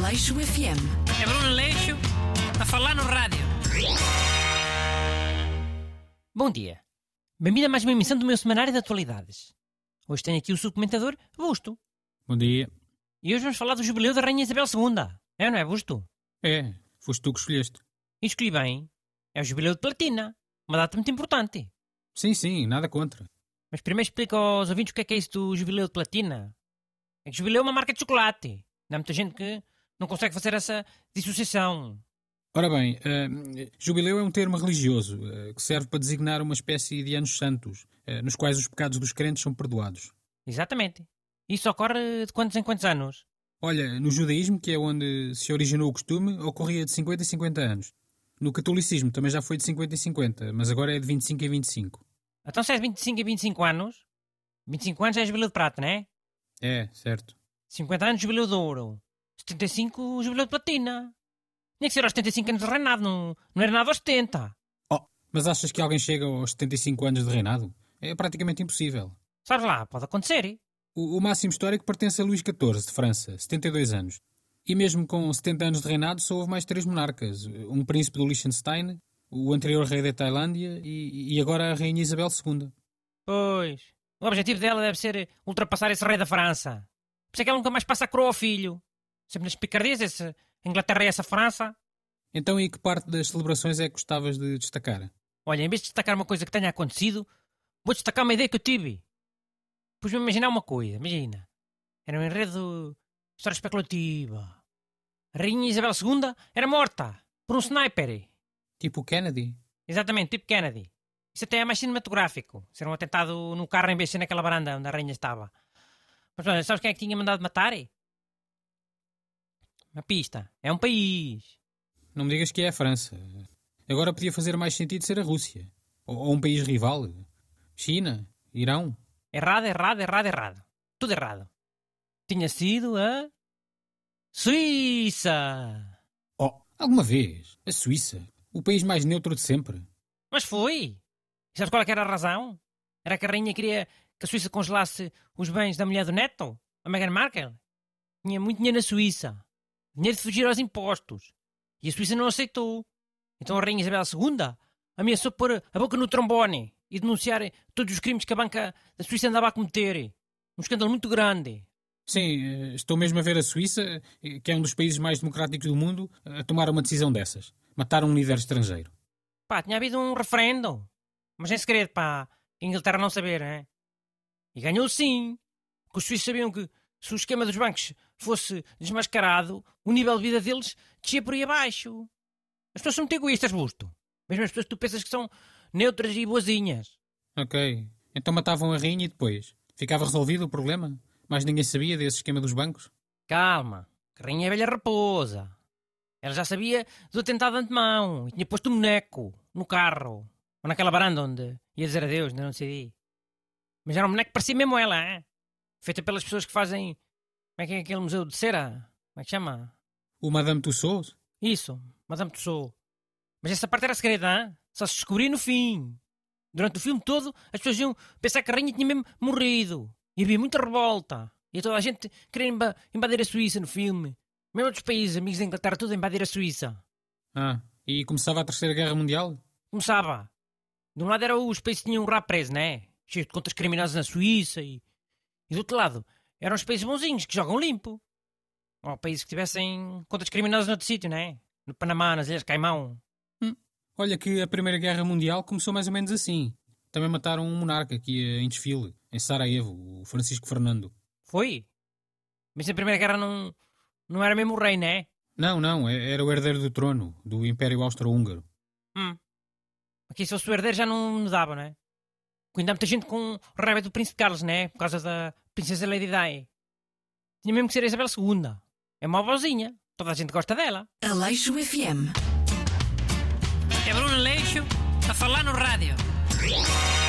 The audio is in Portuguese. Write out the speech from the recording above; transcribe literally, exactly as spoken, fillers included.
Aleixo F M. É Bruno Aleixo a falar no rádio. Bom dia. Bem-vindo a mais uma emissão do meu semanário de atualidades. Hoje tenho aqui o seu comentador, Busto. Bom dia. E hoje vamos falar do jubileu da Rainha Isabel segunda. É ou não é, Busto? É, foste tu que escolheste. E escolhi bem. É o jubileu de platina. Uma data muito importante. Sim, sim, nada contra. Mas primeiro explica aos ouvintes o que é que é isso do jubileu de platina. É que jubileu é uma marca de chocolate. Há muita gente que não consegue fazer essa dissociação. Ora bem, uh, jubileu é um termo religioso uh, que serve para designar uma espécie de anos santos, uh, nos quais os pecados dos crentes são perdoados. Exatamente. Isso ocorre de quantos em quantos anos? Olha, no judaísmo, que é onde se originou o costume, ocorria de cinquenta em cinquenta anos. No catolicismo também já foi de cinquenta em cinquenta, mas agora é de vinte e cinco em vinte e cinco. Então se é de vinte e cinco em vinte e cinco anos, vinte e cinco anos é jubileu de prata, não é? É, certo. cinquenta anos, jubileu de ouro. setenta e cinco, jubileu de platina. Tinha que ser aos setenta e cinco anos de reinado, não, não era nada aos setenta. Oh, mas achas que alguém chega aos setenta e cinco anos de reinado? É praticamente impossível. Sabes lá, pode acontecer. O, o máximo histórico pertence a Luís catorze, de França, setenta e dois anos. E mesmo com setenta anos de reinado, só houve mais três monarcas. Um príncipe do Liechtenstein, o anterior rei da Tailândia e, e agora a Rainha Isabel segunda. Pois. O objetivo dela deve ser ultrapassar esse rei da França. Por isso é que ela nunca mais passa a coroa ao filho. Sempre nas picardias, esse Inglaterra e essa França. Então, e que parte das celebrações é que gostavas de destacar? Olha, em vez de destacar uma coisa que tenha acontecido, vou destacar uma ideia que eu tive. Pus-me a imaginar uma coisa, imagina. Era um enredo de história especulativa. A Rainha Isabel segunda era morta por um sniper. Tipo Kennedy? Exatamente, tipo Kennedy. Isso até é mais cinematográfico. Ser um atentado no carro em vez de ser naquela varanda onde a rainha estava. Mas olha, sabes quem é que tinha mandado matar? Uma pista. É um país. Não me digas que é a França. Agora podia fazer mais sentido ser a Rússia. Ou, ou um país rival. China? Irão? Errado, errado, errado, errado. Tudo errado. Tinha sido a... Suíça! Oh, alguma vez? A Suíça? O país mais neutro de sempre. Mas foi! E sabes qual é que era a razão? Era que a rainha queria que a Suíça congelasse os bens da mulher do neto, a Meghan Markle. Tinha muito dinheiro na Suíça. Dinheiro de fugir aos impostos. E a Suíça não aceitou. Então a Rainha Isabel segunda ameaçou pôr a boca no trombone e denunciar todos os crimes que a banca da Suíça andava a cometer. Um escândalo muito grande. Sim, estou mesmo a ver a Suíça, que é um dos países mais democráticos do mundo, a tomar uma decisão dessas. Matar um líder estrangeiro. Pá, tinha havido um referendo. Mas em segredo, pá. A Inglaterra não saber, hein? E ganhou sim. Porque os suíços sabiam que se o esquema dos bancos fosse desmascarado, o nível de vida deles descia por aí abaixo. As pessoas são muito egoístas, Busto. Mesmo as pessoas que tu pensas que são neutras e boazinhas. Ok. Então matavam a rainha e depois? Ficava resolvido o problema? Mas ninguém sabia desse esquema dos bancos? Calma. Que a rainha é velha raposa. Ela já sabia do atentado de antemão e tinha posto um boneco no carro. Ou naquela varanda onde ia dizer adeus, ainda não decidi. Mas era um boneco que parecia mesmo ela, hein? Feita pelas pessoas que fazem... Como é que é aquele museu de cera? Como é que chama? O Madame Tussauds? Isso, Madame Tussauds. Mas essa parte era segreda, hein? Só se descobria no fim. Durante o filme todo, as pessoas iam pensar que a rainha tinha mesmo morrido. E havia muita revolta. E toda a gente queria invadir a Suíça no filme. Mesmo outros países, amigos da Inglaterra, tudo a invadir a Suíça. Ah, e começava a Terceira Guerra Mundial? Começava. De um lado eram os países que tinham um rabo preso, não é? Cheio de contas criminosas na Suíça e... E do outro lado, eram os países bonzinhos, que jogam limpo. Ou países que tivessem contas criminosas noutro sítio, não é? No Panamá, nas Ilhas Caimão. Hum. Olha que a Primeira Guerra Mundial começou mais ou menos assim. Também mataram um monarca que ia em desfile, em Sarajevo, o Francisco Fernando. Foi? Mas na Primeira Guerra não, não era mesmo o rei, não é? Não, não, era o herdeiro do trono, do Império Austro-Húngaro. Hum. Aqui se fosse o herdeiro já não me dava, não é? Porque ainda há muita gente com raiva do Príncipe Carlos, não é? Por causa da Princesa Lady Di. Tinha mesmo que ser a Isabel segunda. É uma vozinha. Toda a gente gosta dela. Aleixo F M. É Bruno Aleixo a falar no rádio.